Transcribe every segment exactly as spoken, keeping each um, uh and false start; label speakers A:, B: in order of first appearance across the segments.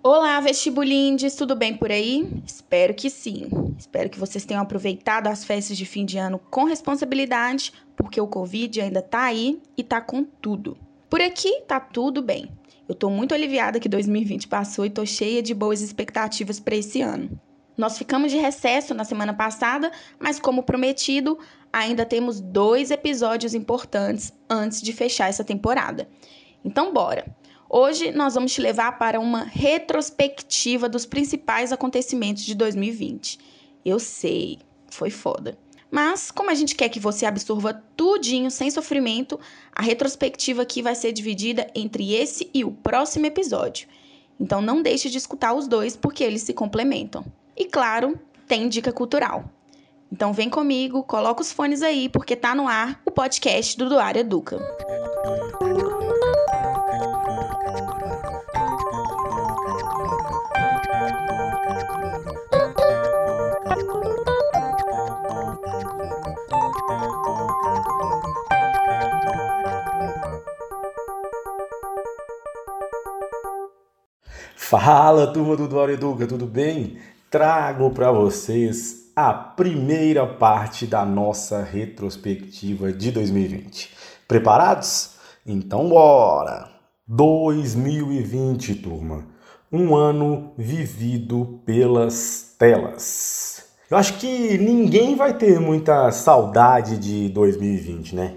A: Olá, vestibulindes, tudo bem por aí? Espero que sim. Espero que vocês tenham aproveitado as festas de fim de ano com responsabilidade, porque o Covid ainda tá aí e tá com tudo. Por aqui tá tudo bem. Eu tô muito aliviada que dois mil e vinte passou e tô cheia de boas expectativas para esse ano. Nós ficamos de recesso na semana passada, mas como prometido, ainda temos dois episódios importantes antes de fechar essa temporada. Então bora! Hoje nós vamos te levar para uma retrospectiva dos principais acontecimentos de dois mil e vinte. Eu sei, foi foda. Mas, como a gente quer que você absorva tudinho sem sofrimento, a retrospectiva aqui vai ser dividida entre esse e o próximo episódio. Então não deixe de escutar os dois, porque eles se complementam. E claro, tem dica cultural. Então vem comigo, coloca os fones aí, porque tá no ar o podcast do Duar Educa.
B: Fala, turma do Duar Educa, tudo bem? Trago para vocês a primeira parte da nossa retrospectiva de dois mil e vinte. Preparados? Então bora! dois mil e vinte, turma. Um ano vivido pelas telas. Eu acho que ninguém vai ter muita saudade de dois mil e vinte, né?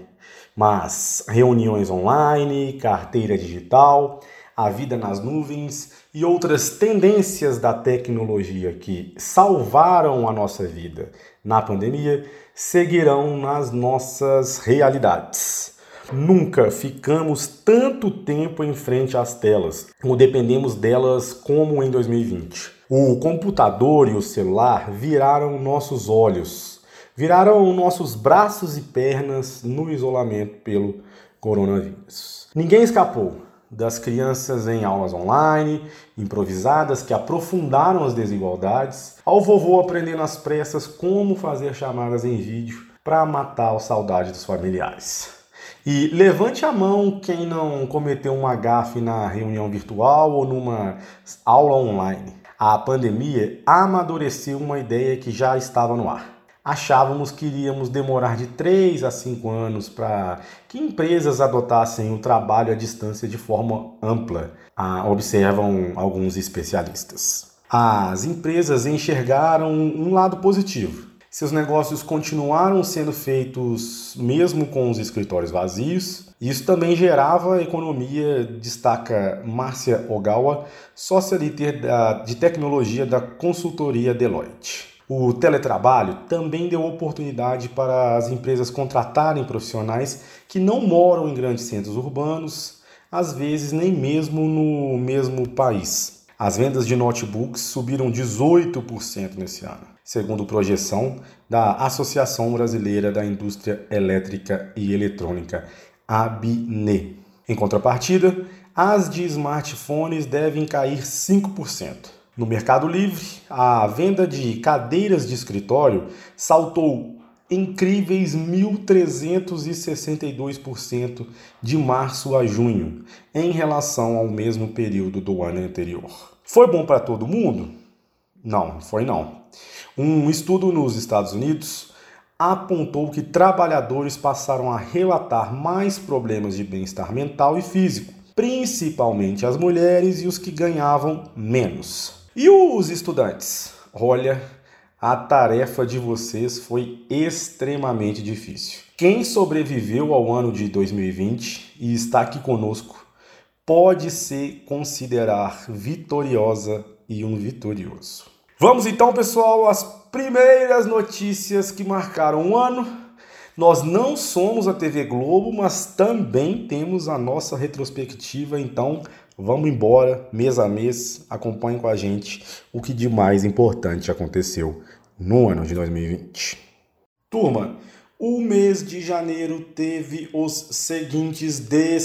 B: Mas reuniões online, carteira digital, a vida nas nuvens e outras tendências da tecnologia que salvaram a nossa vida na pandemia seguirão nas nossas realidades. Nunca ficamos tanto tempo em frente às telas, ou dependemos delas como em dois mil e vinte. O computador e o celular viraram nossos olhos, viraram nossos braços e pernas no isolamento pelo coronavírus. Ninguém escapou das crianças em aulas online, improvisadas, que aprofundaram as desigualdades, ao vovô aprendendo às pressas como fazer chamadas em vídeo para matar a saudade dos familiares. E levante a mão quem não cometeu uma gafe na reunião virtual ou numa aula online. A pandemia amadureceu uma ideia que já estava no ar. Achávamos que iríamos demorar de três a cinco anos para que empresas adotassem o trabalho à distância de forma ampla, ah, observam alguns especialistas. As empresas enxergaram um lado positivo. Seus negócios continuaram sendo feitos mesmo com os escritórios vazios. Isso também gerava economia, destaca Márcia Ogawa, sócia líder de tecnologia da consultoria Deloitte. O teletrabalho também deu oportunidade para as empresas contratarem profissionais que não moram em grandes centros urbanos, às vezes nem mesmo no mesmo país. As vendas de notebooks subiram dezoito por cento nesse ano, segundo projeção da Associação Brasileira da Indústria Elétrica e Eletrônica, A B I N E. Em contrapartida, as de smartphones devem cair cinco por cento. No Mercado Livre, a venda de cadeiras de escritório saltou incríveis mil trezentos e sessenta e dois por cento de março a junho, em relação ao mesmo período do ano anterior. Foi bom para todo mundo? Não, foi não. Um estudo nos Estados Unidos apontou que trabalhadores passaram a relatar mais problemas de bem-estar mental e físico, principalmente as mulheres e os que ganhavam menos. E os estudantes? Olha, a tarefa de vocês foi extremamente difícil. Quem sobreviveu ao ano de dois mil e vinte e está aqui conosco pode se considerar vitoriosa e um vitorioso. Vamos então, pessoal, às primeiras notícias que marcaram o ano. Nós não somos a T V Globo, mas também temos a nossa retrospectiva, então vamos embora, mês a mês, acompanhe com a gente o que de mais importante aconteceu no ano de dois mil e vinte. Turma, o mês de janeiro teve os seguintes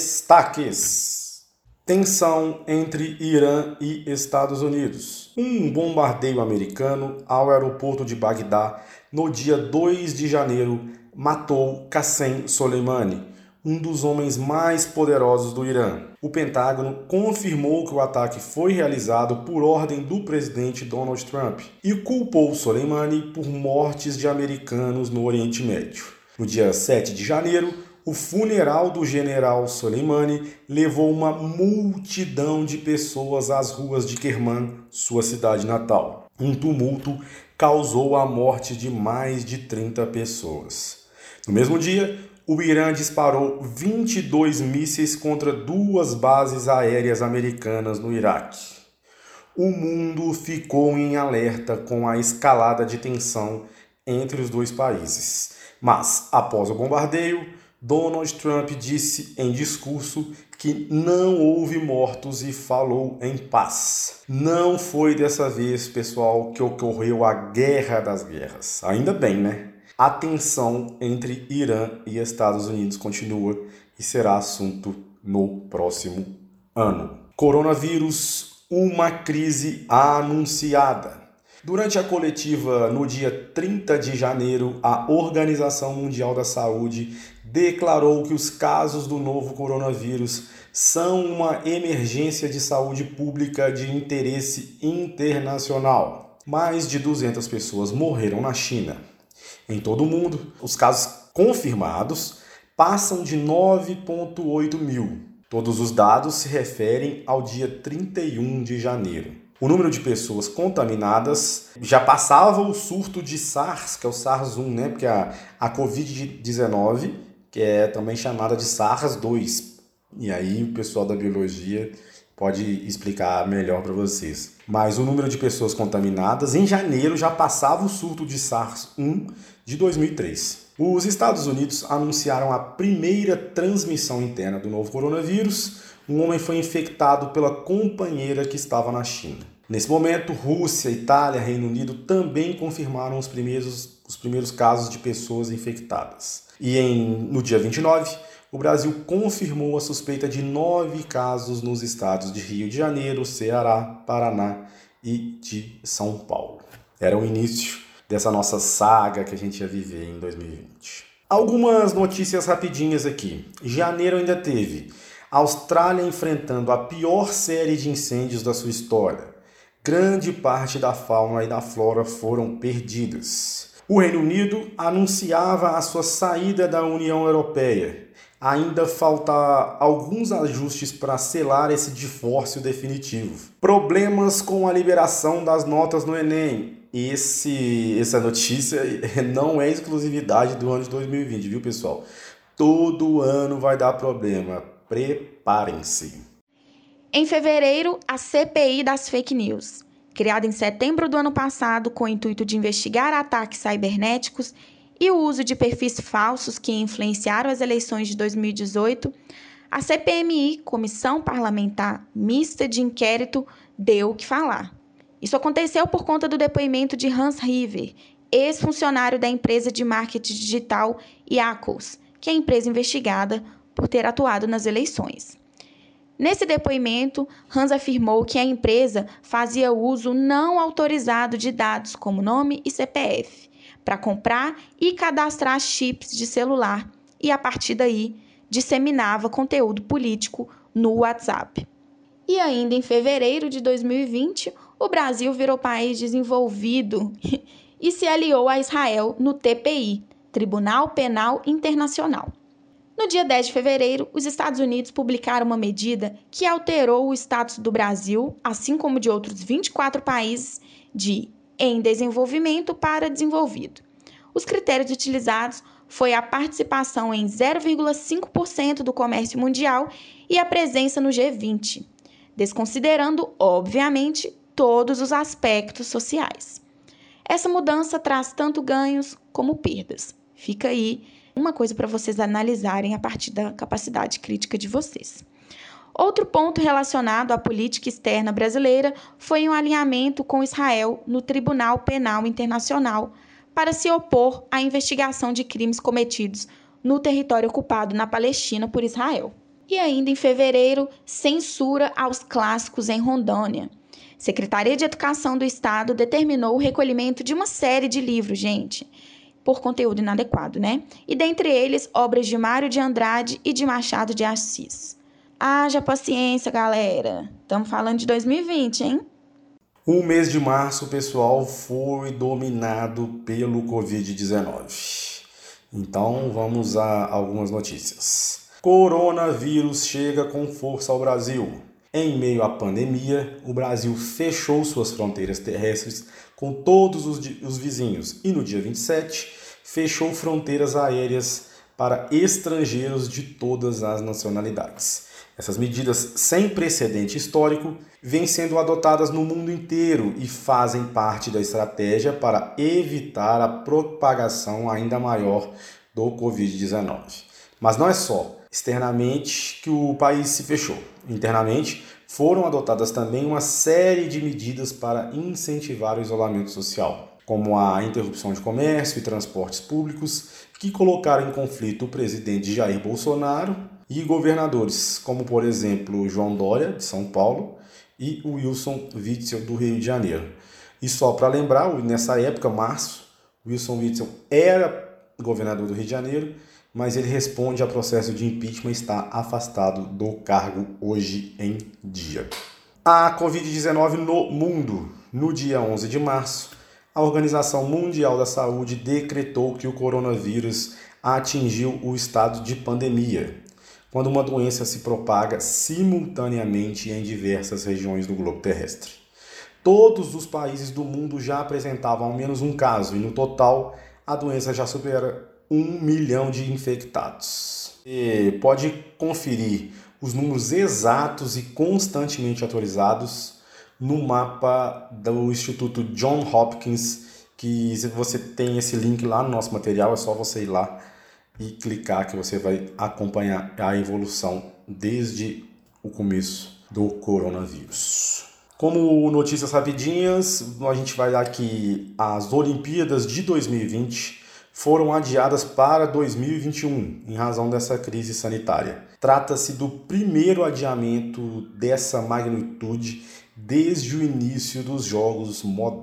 B: destaques. Tensão entre Irã e Estados Unidos. Um bombardeio americano ao aeroporto de Bagdá no dia dois de janeiro matou Qassem Soleimani, um dos homens mais poderosos do Irã. O Pentágono confirmou que o ataque foi realizado por ordem do presidente Donald Trump e culpou Soleimani por mortes de americanos no Oriente Médio. No dia sete de janeiro, o funeral do general Soleimani levou uma multidão de pessoas às ruas de Kerman, sua cidade natal. Um tumulto causou a morte de mais de trinta pessoas. No mesmo dia, o Irã disparou vinte e dois mísseis contra duas bases aéreas americanas no Iraque. O mundo ficou em alerta com a escalada de tensão entre os dois países. Mas, após o bombardeio, Donald Trump disse em discurso que não houve mortos e falou em paz. Não foi dessa vez, pessoal, que ocorreu a Guerra das Guerras. Ainda bem, né? A tensão entre Irã e Estados Unidos continua e será assunto no próximo ano. Coronavírus, uma crise anunciada. Durante a coletiva no dia trinta de janeiro, a Organização Mundial da Saúde declarou que os casos do novo coronavírus são uma emergência de saúde pública de interesse internacional. Mais de duzentas pessoas morreram na China. Em todo o mundo, os casos confirmados passam de nove vírgula oito mil. Todos os dados se referem ao dia trinta e um de janeiro. O número de pessoas contaminadas já passava o surto de SARS, que é o SARS um, né? Porque a, a covid dezenove, que é também chamada de SARS dois. E aí o pessoal da biologia pode explicar melhor para vocês. Mas o número de pessoas contaminadas em janeiro já passava o surto de SARS um de dois mil e três. Os Estados Unidos anunciaram a primeira transmissão interna do novo coronavírus. Um homem foi infectado pela companheira que estava na China. Nesse momento, Rússia, Itália, Reino Unido também confirmaram os primeiros, os primeiros casos de pessoas infectadas. E em, no dia vinte e nove, o Brasil confirmou a suspeita de nove casos nos estados de Rio de Janeiro, Ceará, Paraná e de São Paulo. Era o início dessa nossa saga que a gente ia viver em dois mil e vinte. Algumas notícias rapidinhas aqui. Janeiro ainda teve Austrália enfrentando a pior série de incêndios da sua história. Grande parte da fauna e da flora foram perdidas. O Reino Unido anunciava a sua saída da União Europeia. Ainda falta alguns ajustes para selar esse divórcio definitivo. Problemas com a liberação das notas no Enem. Esse, essa notícia não é exclusividade do ano de dois mil e vinte, viu, pessoal? Todo ano vai dar problema. Preparem-se.
A: Em fevereiro, a C P I das Fake News. Criada em setembro do ano passado com o intuito de investigar ataques cibernéticos e o uso de perfis falsos que influenciaram as eleições de dois mil e dezoito, a C P M I, Comissão Parlamentar Mista de Inquérito, deu o que falar. Isso aconteceu por conta do depoimento de Hans River, ex-funcionário da empresa de marketing digital Iacos, que é a empresa investigada por ter atuado nas eleições. Nesse depoimento, Hans afirmou que a empresa fazia uso não autorizado de dados como nome e C P F para comprar e cadastrar chips de celular e, a partir daí, disseminava conteúdo político no WhatsApp. E ainda em fevereiro de dois mil e vinte, o Brasil virou país desenvolvido e se aliou a Israel no T P I, Tribunal Penal Internacional. No dia dez de fevereiro, os Estados Unidos publicaram uma medida que alterou o status do Brasil, assim como de outros vinte e quatro países, de em desenvolvimento para desenvolvido. Os critérios utilizados foi a participação em zero vírgula cinco por cento do comércio mundial e a presença no G vinte, desconsiderando, obviamente, todos os aspectos sociais. Essa mudança traz tanto ganhos como perdas. Fica aí uma coisa para vocês analisarem a partir da capacidade crítica de vocês. Outro ponto relacionado à política externa brasileira foi um alinhamento com Israel no Tribunal Penal Internacional para se opor à investigação de crimes cometidos no território ocupado na Palestina por Israel. E ainda em fevereiro, censura aos clássicos em Rondônia. Secretaria de Educação do Estado determinou o recolhimento de uma série de livros, gente. por conteúdo inadequado, né? E dentre eles, obras de Mário de Andrade e de Machado de Assis. Haja paciência, galera. Estamos falando de dois mil e vinte, hein?
B: O mês de março, pessoal, foi dominado pelo covid dezenove. Então, vamos a algumas notícias. Coronavírus chega com força ao Brasil. Em meio à pandemia, o Brasil fechou suas fronteiras terrestres com todos os, os vizinhos e no dia vinte e sete fechou fronteiras aéreas para estrangeiros de todas as nacionalidades. Essas medidas sem precedente histórico vêm sendo adotadas no mundo inteiro e fazem parte da estratégia para evitar a propagação ainda maior do covid dezenove. Mas não é só externamente que o país se fechou. Internamente, foram adotadas também uma série de medidas para incentivar o isolamento social, como a interrupção de comércio e transportes públicos, que colocaram em conflito o presidente Jair Bolsonaro e governadores, como por exemplo João Dória, de São Paulo, e o Wilson Witzel, do Rio de Janeiro. E só para lembrar, nessa época, março, Wilson Witzel era governador do Rio de Janeiro, mas ele responde a processo de impeachment e está afastado do cargo hoje em dia. A covid dezenove no mundo. No dia onze de março, a Organização Mundial da Saúde decretou que o coronavírus atingiu o estado de pandemia, quando uma doença se propaga simultaneamente em diversas regiões do globo terrestre. Todos os países do mundo já apresentavam ao menos um caso e, no total, a doença já supera um milhão de infectados. E pode conferir os números exatos e constantemente atualizados no mapa do Instituto Johns Hopkins, que você tem esse link lá no nosso material, é só você ir lá e clicar que você vai acompanhar a evolução desde o começo do coronavírus. Como notícias rapidinhas, a gente vai dar que as Olimpíadas de dois mil e vinte foram adiadas para dois mil e vinte e um, em razão dessa crise sanitária. Trata-se do primeiro adiamento dessa magnitude desde o início dos Jogos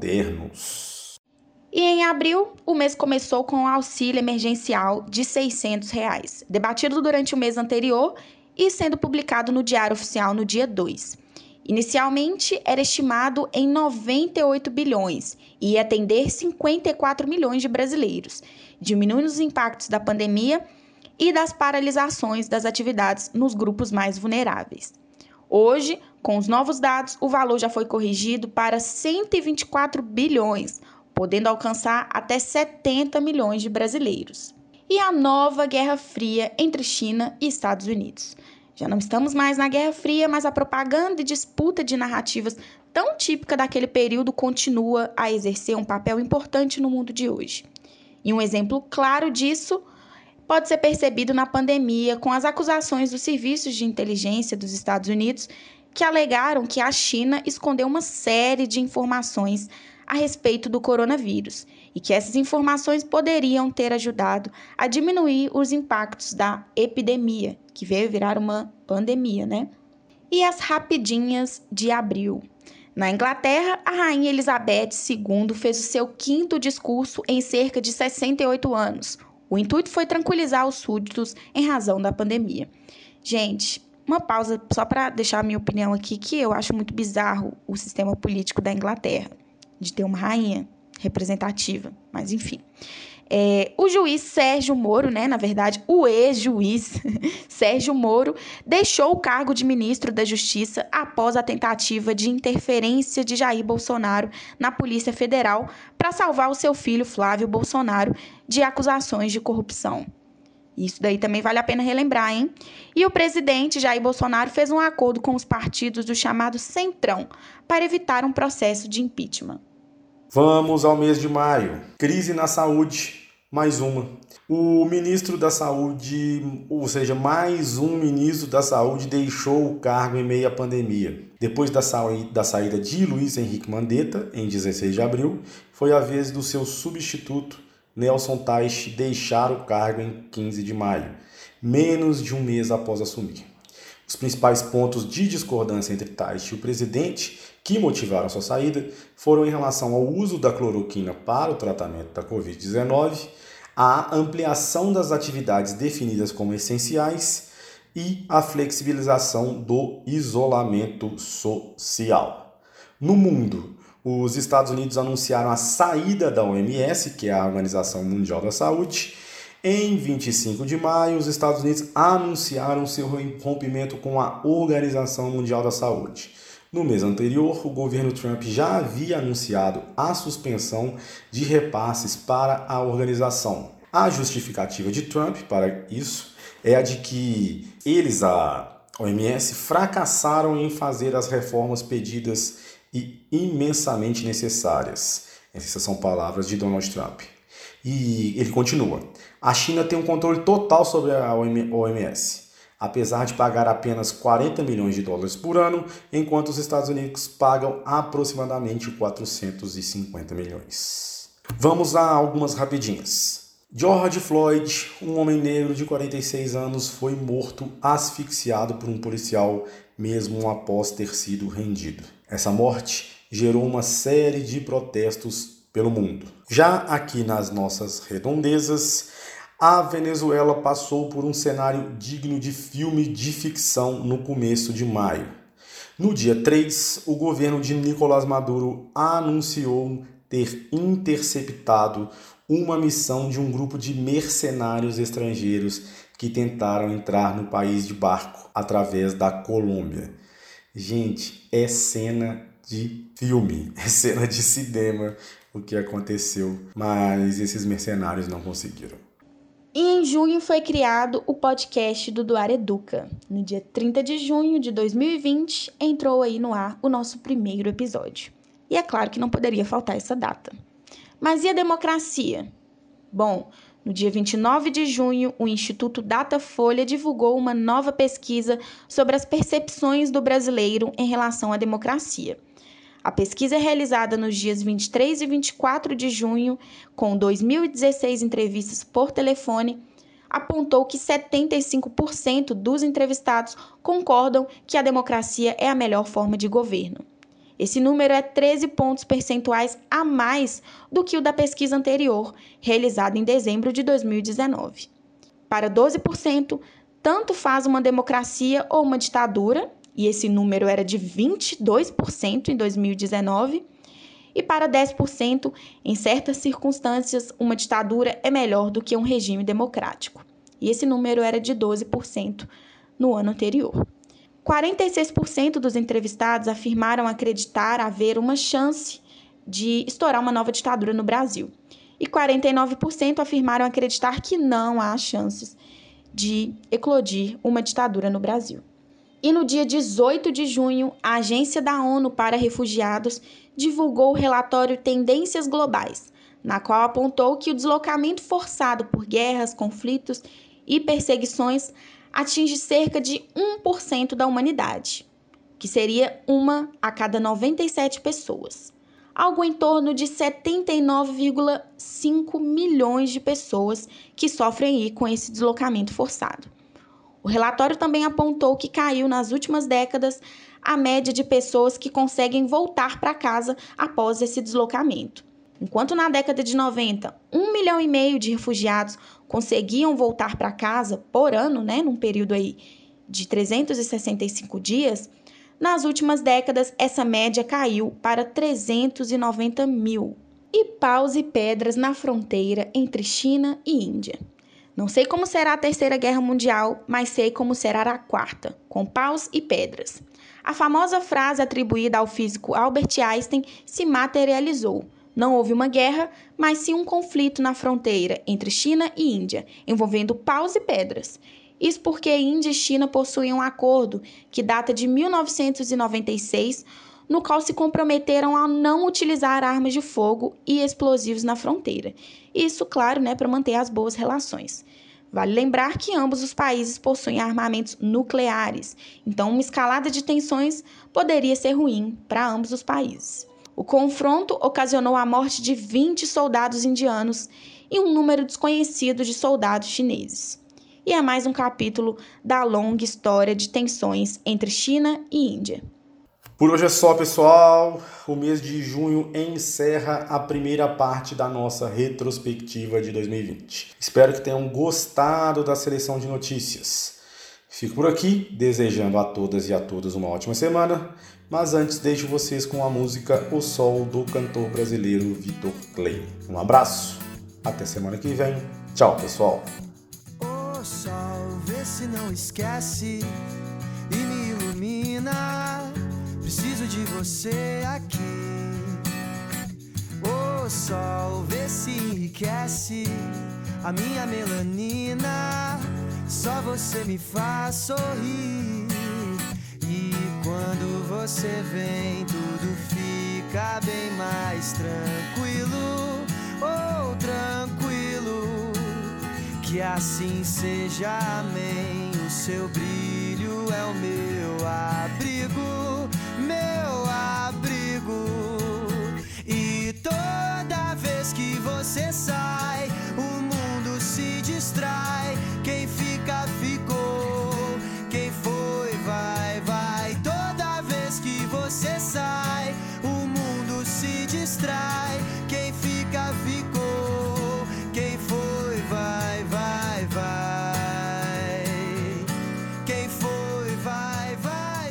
B: modernos.
A: E em abril, o mês começou com o auxílio emergencial de seiscentos reais, debatido durante o mês anterior e sendo publicado no Diário Oficial no dia dois. Inicialmente, era estimado em noventa e oito bilhões e ia atender cinquenta e quatro milhões de brasileiros, diminuindo os impactos da pandemia e das paralisações das atividades nos grupos mais vulneráveis. Hoje, com os novos dados, o valor já foi corrigido para cento e vinte e quatro bilhões, podendo alcançar até setenta milhões de brasileiros. E a nova Guerra Fria entre China e Estados Unidos. Já não estamos mais na Guerra Fria, mas a propaganda e disputa de narrativas tão típica daquele período continua a exercer um papel importante no mundo de hoje. E um exemplo claro disso pode ser percebido na pandemia, com as acusações dos serviços de inteligência dos Estados Unidos, que alegaram que a China escondeu uma série de informações a respeito do coronavírus e que essas informações poderiam ter ajudado a diminuir os impactos da epidemia, que veio virar uma pandemia, né? E as rapidinhas de abril. Na Inglaterra, a rainha Elizabeth segunda fez o seu quinto discurso em cerca de sessenta e oito anos. O intuito foi tranquilizar os súditos em razão da pandemia. Gente, uma pausa só para deixar a minha opinião aqui, que eu acho muito bizarro o sistema político da Inglaterra, de ter uma rainha representativa, mas enfim. É, o juiz Sérgio Moro, né, na verdade, o ex-juiz Sérgio Moro, deixou o cargo de ministro da Justiça após a tentativa de interferência de Jair Bolsonaro na Polícia Federal para salvar o seu filho Flávio Bolsonaro de acusações de corrupção. Isso daí também vale a pena relembrar, hein? E o presidente Jair Bolsonaro fez um acordo com os partidos do chamado Centrão para evitar um processo de impeachment.
B: Vamos ao mês de maio. Crise na saúde, mais uma. O ministro da Saúde, ou seja, mais um ministro da Saúde deixou o cargo em meio à pandemia. Depois da, sa- da saída de Luiz Henrique Mandetta, em dezesseis de abril, foi a vez do seu substituto, Nelson Teich, deixar o cargo em quinze de maio, menos de um mês após assumir. Os principais pontos de discordância entre Teich e o presidente que motivaram a sua saída foram em relação ao uso da cloroquina para o tratamento da covid dezenove, a ampliação das atividades definidas como essenciais e a flexibilização do isolamento social. No mundo, os Estados Unidos anunciaram a saída da O M S, que é a Organização Mundial da Saúde. Em vinte e cinco de maio, os Estados Unidos anunciaram seu rompimento com a Organização Mundial da Saúde. No mês anterior, o governo Trump já havia anunciado a suspensão de repasses para a organização. A justificativa de Trump para isso é a de que eles, a O M S, fracassaram em fazer as reformas pedidas e imensamente necessárias. Essas são palavras de Donald Trump. E ele continua: a China tem um controle total sobre a O M S, apesar de pagar apenas quarenta milhões de dólares por ano, enquanto os Estados Unidos pagam aproximadamente quatrocentos e cinquenta milhões. Vamos a algumas rapidinhas. George Floyd, um homem negro de quarenta e seis anos, foi morto asfixiado por um policial mesmo após ter sido rendido. Essa morte gerou uma série de protestos pelo mundo. Já aqui nas nossas redondezas, a Venezuela passou por um cenário digno de filme de ficção no começo de maio. No dia três, o governo de Nicolás Maduro anunciou ter interceptado uma missão de um grupo de mercenários estrangeiros que tentaram entrar no país de barco através da Colômbia. Gente, é cena de filme, é cena de cinema o que aconteceu, mas esses mercenários não conseguiram.
A: E em junho foi criado o podcast do Duar Educa. No dia trinta de junho de dois mil e vinte, entrou aí no ar o nosso primeiro episódio. E é claro que não poderia faltar essa data. Mas e a democracia? Bom, no dia vinte e nove de junho, o Instituto Datafolha divulgou uma nova pesquisa sobre as percepções do brasileiro em relação à democracia. A pesquisa é realizada nos dias vinte e três e vinte e quatro de junho, com dois mil e dezesseis entrevistas por telefone, apontou que setenta e cinco por cento dos entrevistados concordam que a democracia é a melhor forma de governo. Esse número é treze pontos percentuais a mais do que o da pesquisa anterior, realizada em dezembro de dois mil e dezenove. Para doze por cento, tanto faz uma democracia ou uma ditadura, e esse número era de vinte e dois por cento em dois mil e dezenove, e para dez por cento, em certas circunstâncias, uma ditadura é melhor do que um regime democrático. E esse número era de doze por cento no ano anterior. quarenta e seis por cento dos entrevistados afirmaram acreditar haver uma chance de estourar uma nova ditadura no Brasil. E quarenta e nove por cento afirmaram acreditar que não há chances de eclodir uma ditadura no Brasil. E no dia dezoito de junho, a Agência da ONU para Refugiados divulgou o relatório Tendências Globais, na qual apontou que o deslocamento forçado por guerras, conflitos e perseguições atinge cerca de um por cento da humanidade, que seria uma a cada noventa e sete pessoas. Algo em torno de setenta e nove vírgula cinco milhões de pessoas que sofrem aí com esse deslocamento forçado. O relatório também apontou que caiu nas últimas décadas a média de pessoas que conseguem voltar para casa após esse deslocamento. Enquanto na década de noventa, um milhão e meio de refugiados conseguiam voltar para casa por ano, né, num período aí de trezentos e sessenta e cinco dias, nas últimas décadas essa média caiu para trezentos e noventa mil. E paus e pedras na fronteira entre China e Índia. Não sei como será a Terceira Guerra Mundial, mas sei como será a Quarta, com paus e pedras. A famosa frase atribuída ao físico Albert Einstein se materializou. Não houve uma guerra, mas sim um conflito na fronteira entre China e Índia, envolvendo paus e pedras. Isso porque Índia e China possuem um acordo que data de mil novecentos e noventa e seis, no qual se comprometeram a não utilizar armas de fogo e explosivos na fronteira. Isso, claro, né, para manter as boas relações. Vale lembrar que ambos os países possuem armamentos nucleares, então uma escalada de tensões poderia ser ruim para ambos os países. O confronto ocasionou a morte de vinte soldados indianos e um número desconhecido de soldados chineses. E é mais um capítulo da longa história de tensões entre China e Índia.
B: Por hoje é só, pessoal. o mês de junho encerra a primeira parte da nossa retrospectiva de dois mil e vinte. Espero que tenham gostado da seleção de notícias. Fico por aqui, desejando a todas e a todos uma ótima semana, mas antes deixo vocês com a música O Sol, do cantor brasileiro Vitor Clay. Um abraço, até semana que vem. Tchau, pessoal.
C: O sol, vê se não esquece e me ilumina. Preciso de você aqui. O sol, vê se enriquece a minha melanina. Só você me faz sorrir. E quando você vem, tudo fica bem mais tranquilo. Oh, tranquilo. Que assim seja, amém. O seu brilho é o meu abrigo, meu abrigo. E toda vez que você sai, o mundo se distrai. Quem fica, ficou. Quem foi, vai, vai. Toda vez que você sai, o mundo se distrai. Quem fica, ficou. Quem foi, vai, vai, vai. Quem foi, vai, vai,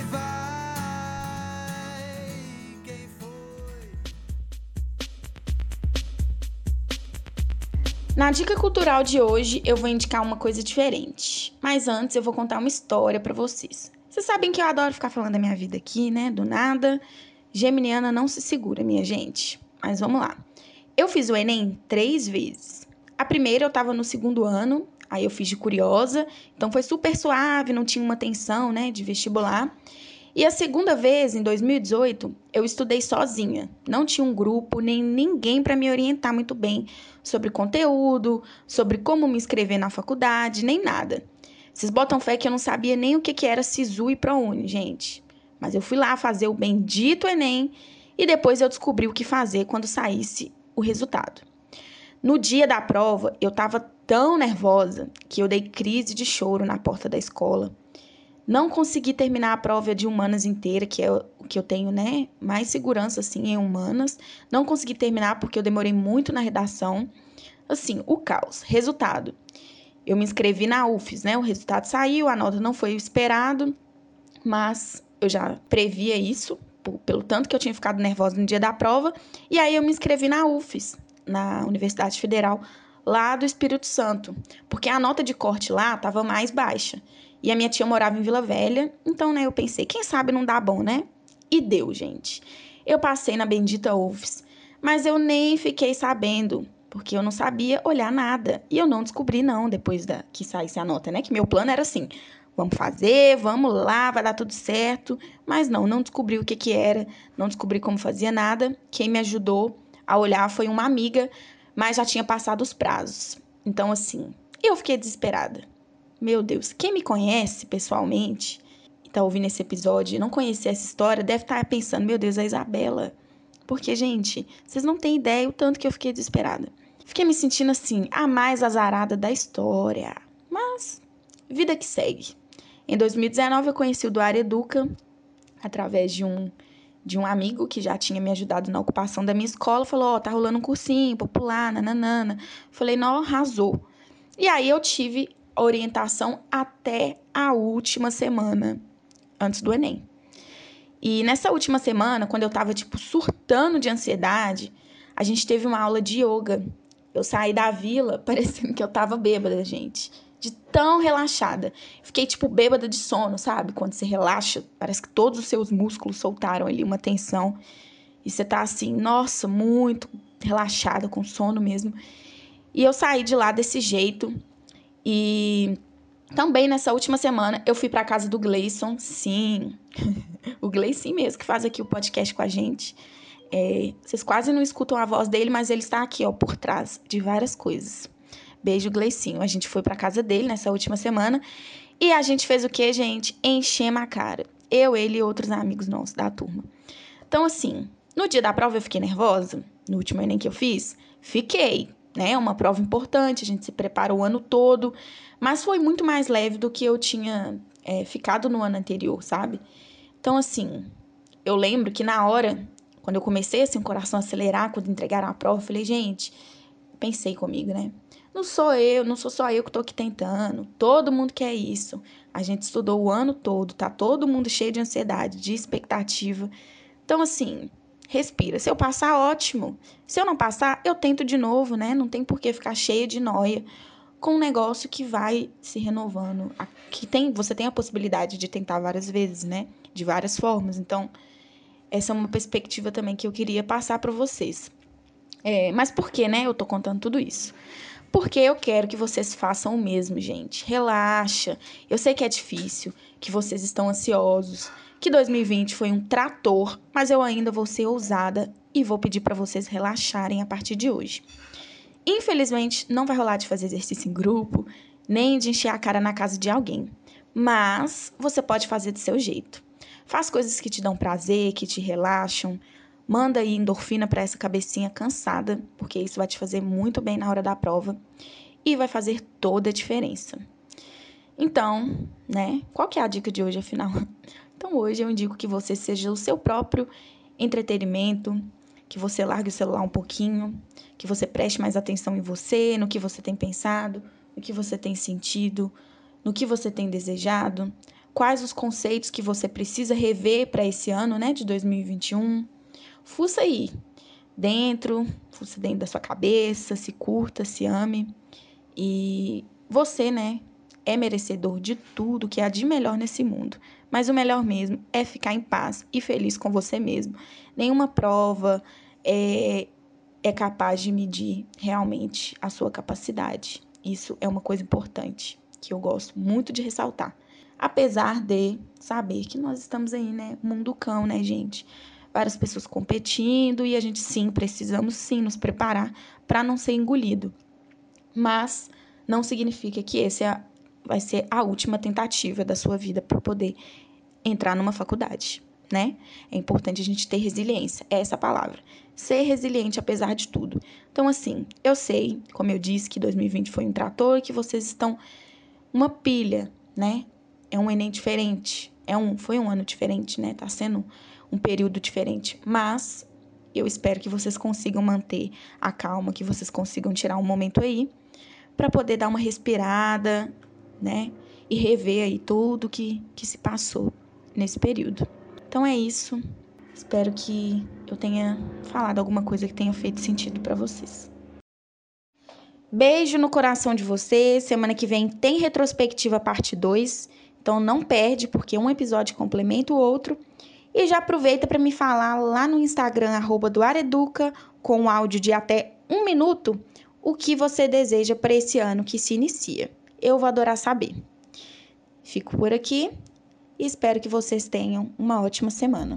C: vai. Quem foi.
A: Na dica cultural de hoje, eu vou indicar uma coisa diferente. Mas antes, eu vou contar uma história pra vocês. Vocês sabem que eu adoro ficar falando da minha vida aqui, né? Do nada. Geminiana não se segura, minha gente. Mas vamos lá. Eu fiz o Enem três vezes. A primeira eu tava no segundo ano, aí eu fiz de curiosa. Então foi super suave, não tinha uma tensão, né? De vestibular. E a segunda vez, em dois mil e dezoito, eu estudei sozinha. Não tinha um grupo, nem ninguém para me orientar muito bem sobre conteúdo, sobre como me inscrever na faculdade, nem nada. Vocês botam fé que eu não sabia nem o que que era Sisu e ProUni, gente. Mas eu fui lá fazer o bendito Enem e depois eu descobri o que fazer quando saísse o resultado. No dia da prova, eu estava tão nervosa que eu dei crise de choro na porta da escola. Não consegui terminar a prova de humanas inteira, que é o que eu tenho, né, mais segurança, assim, em humanas. Não consegui terminar porque eu demorei muito na redação. Assim, o caos. Resultado. Eu me inscrevi na U F E S, né, o resultado saiu, a nota não foi o esperado, mas eu já previa isso, pelo tanto que eu tinha ficado nervosa no dia da prova. E aí eu me inscrevi na U F E S, na Universidade Federal, lá do Espírito Santo, porque a nota de corte lá estava mais baixa. E a minha tia morava em Vila Velha, então, né, eu pensei, quem sabe não dá bom, né? E deu, gente. Eu passei na bendita U F E S, mas eu nem fiquei sabendo, porque eu não sabia olhar nada. E eu não descobri, não, depois da, que saísse a nota, né? Que meu plano era assim, vamos fazer, vamos lá, vai dar tudo certo. Mas não, não descobri o que que era, não descobri como fazia nada. Quem me ajudou a olhar foi uma amiga, mas já tinha passado os prazos. Então, assim, eu fiquei desesperada. Meu Deus, quem me conhece pessoalmente e tá ouvindo esse episódio e não conhecia essa história, deve estar pensando, meu Deus, a Isabela. Porque, gente, vocês não têm ideia o tanto que eu fiquei desesperada. Fiquei me sentindo assim, a mais azarada da história. Mas, vida que segue. Em dois mil e dezenove, eu conheci o Duar Educa através de um, de um amigo que já tinha me ajudado na ocupação da minha escola. Falou, ó, oh, tá rolando um cursinho popular, nananana. Falei, não, arrasou. E aí eu tive orientação até a última semana antes do Enem. E nessa última semana, quando eu tava, tipo, surtando de ansiedade, a gente teve uma aula de yoga. Eu saí da vila parecendo que eu tava bêbada, gente. De tão relaxada. Fiquei, tipo, bêbada de sono, sabe? Quando você relaxa, parece que todos os seus músculos soltaram ali uma tensão. E você tá assim, nossa, muito relaxada, com sono mesmo. E eu saí de lá desse jeito. E também nessa última semana eu fui pra casa do Gleison, sim, o Gleison mesmo, que faz aqui o podcast com a gente. É, vocês quase não escutam a voz dele, mas ele está aqui, ó, por trás de várias coisas. Beijo, Gleicinho. A gente foi pra casa dele nessa última semana e a gente fez o quê, gente? Enchemos a cara. Eu, ele e outros amigos nossos da turma. Então, assim, no dia da prova eu fiquei nervosa, no último Enem que eu fiz, fiquei. Né, uma prova importante, a gente se prepara o ano todo, mas foi muito mais leve do que eu tinha é, ficado no ano anterior, sabe? Então, assim, eu lembro que na hora Quando eu comecei, assim, o coração a acelerar, quando entregaram a prova, eu falei, gente, pensei comigo, né? Não sou eu, não sou só eu que tô aqui tentando. Todo mundo quer isso. A gente estudou o ano todo, tá todo mundo cheio de ansiedade, de expectativa. Então, assim, respira. Se eu passar, ótimo. Se eu não passar, eu tento de novo, né? Não tem por que ficar cheia de noia com um negócio que vai se renovando. Que tem, você tem a possibilidade de tentar várias vezes, né? De várias formas. Então, essa é uma perspectiva também que eu queria passar para vocês. É, mas por que, né? Eu tô contando tudo isso. Porque eu quero que vocês façam o mesmo, gente. Relaxa. Eu sei que é difícil, que vocês estão ansiosos, que dois mil e vinte foi um trator, mas eu ainda vou ser ousada e vou pedir para vocês relaxarem a partir de hoje. Infelizmente, não vai rolar de fazer exercício em grupo, nem de encher a cara na casa de alguém. Mas você pode fazer do seu jeito. Faz coisas que te dão prazer, que te relaxam. Manda aí endorfina para essa cabecinha cansada, porque isso vai te fazer muito bem na hora da prova e vai fazer toda a diferença. Então, né? Qual que é a dica de hoje, afinal? Então, hoje eu indico que você seja o seu próprio entretenimento, que você largue o celular um pouquinho, que você preste mais atenção em você, no que você tem pensado, no que você tem sentido, no que você tem desejado, quais os conceitos que você precisa rever para esse ano, né, de dois mil e vinte e um. Fuça aí, dentro, fuça dentro da sua cabeça, se curta, se ame. E você, né, é merecedor de tudo que há de melhor nesse mundo. Mas o melhor mesmo é ficar em paz e feliz com você mesmo. Nenhuma prova é, é capaz de medir realmente a sua capacidade. Isso é uma coisa importante, que eu gosto muito de ressaltar. Apesar de saber que nós estamos aí, né, mundo cão, né, gente? Várias pessoas competindo e a gente, sim, precisamos, sim, nos preparar para não ser engolido. Mas não significa que esse é, vai ser a última tentativa da sua vida para poder entrar numa faculdade, né? É importante a gente ter resiliência, é essa a palavra. Ser resiliente apesar de tudo. Então, assim, eu sei, como eu disse, que dois mil e vinte foi um trator e que vocês estão uma pilha, né? É um Enem diferente, é um, foi um ano diferente, né? Tá sendo um período diferente, mas eu espero que vocês consigam manter a calma, que vocês consigam tirar um momento aí para poder dar uma respirada, né? E rever aí tudo que, que se passou nesse período. Então é isso. Espero que eu tenha falado alguma coisa que tenha feito sentido para vocês. Beijo no coração de vocês. Semana que vem tem retrospectiva parte dois. Então não perde, porque um episódio complementa o outro. E já aproveita para me falar lá no Instagram, arroba doareduca, com um áudio de até um minuto, o que você deseja para esse ano que se inicia. Eu vou adorar saber. Fico por aqui e espero que vocês tenham uma ótima semana.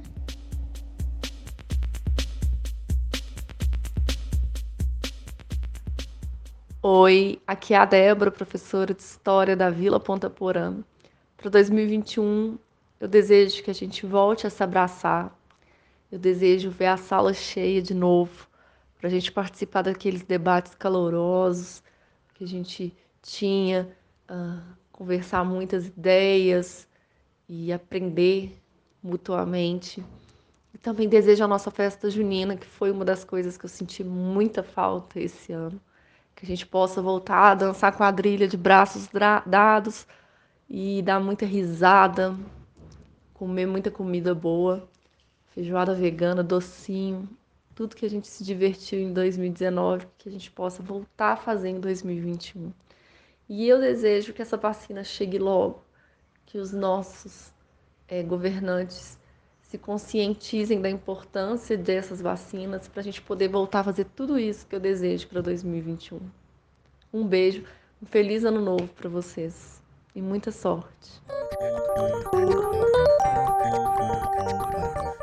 D: Oi, aqui é a Débora, professora de História da Vila Ponta Porã. Para dois mil e vinte e um, eu desejo que a gente volte a se abraçar. Eu desejo ver a sala cheia de novo, para a gente participar daqueles debates calorosos que a gente tinha, uh, conversar muitas ideias e aprender mutuamente. E também desejo a nossa festa junina, que foi uma das coisas que eu senti muita falta esse ano. Que a gente possa voltar a dançar quadrilha de braços dados e dar muita risada, comer muita comida boa, feijoada vegana, docinho, tudo que a gente se divertiu em dois mil e dezenove, que a gente possa voltar a fazer em dois mil e vinte e um. E eu desejo que essa vacina chegue logo, que os nossos é, governantes se conscientizem da importância dessas vacinas para a gente poder voltar a fazer tudo isso que eu desejo para dois mil e vinte e um. Um beijo, um feliz ano novo para vocês e muita sorte.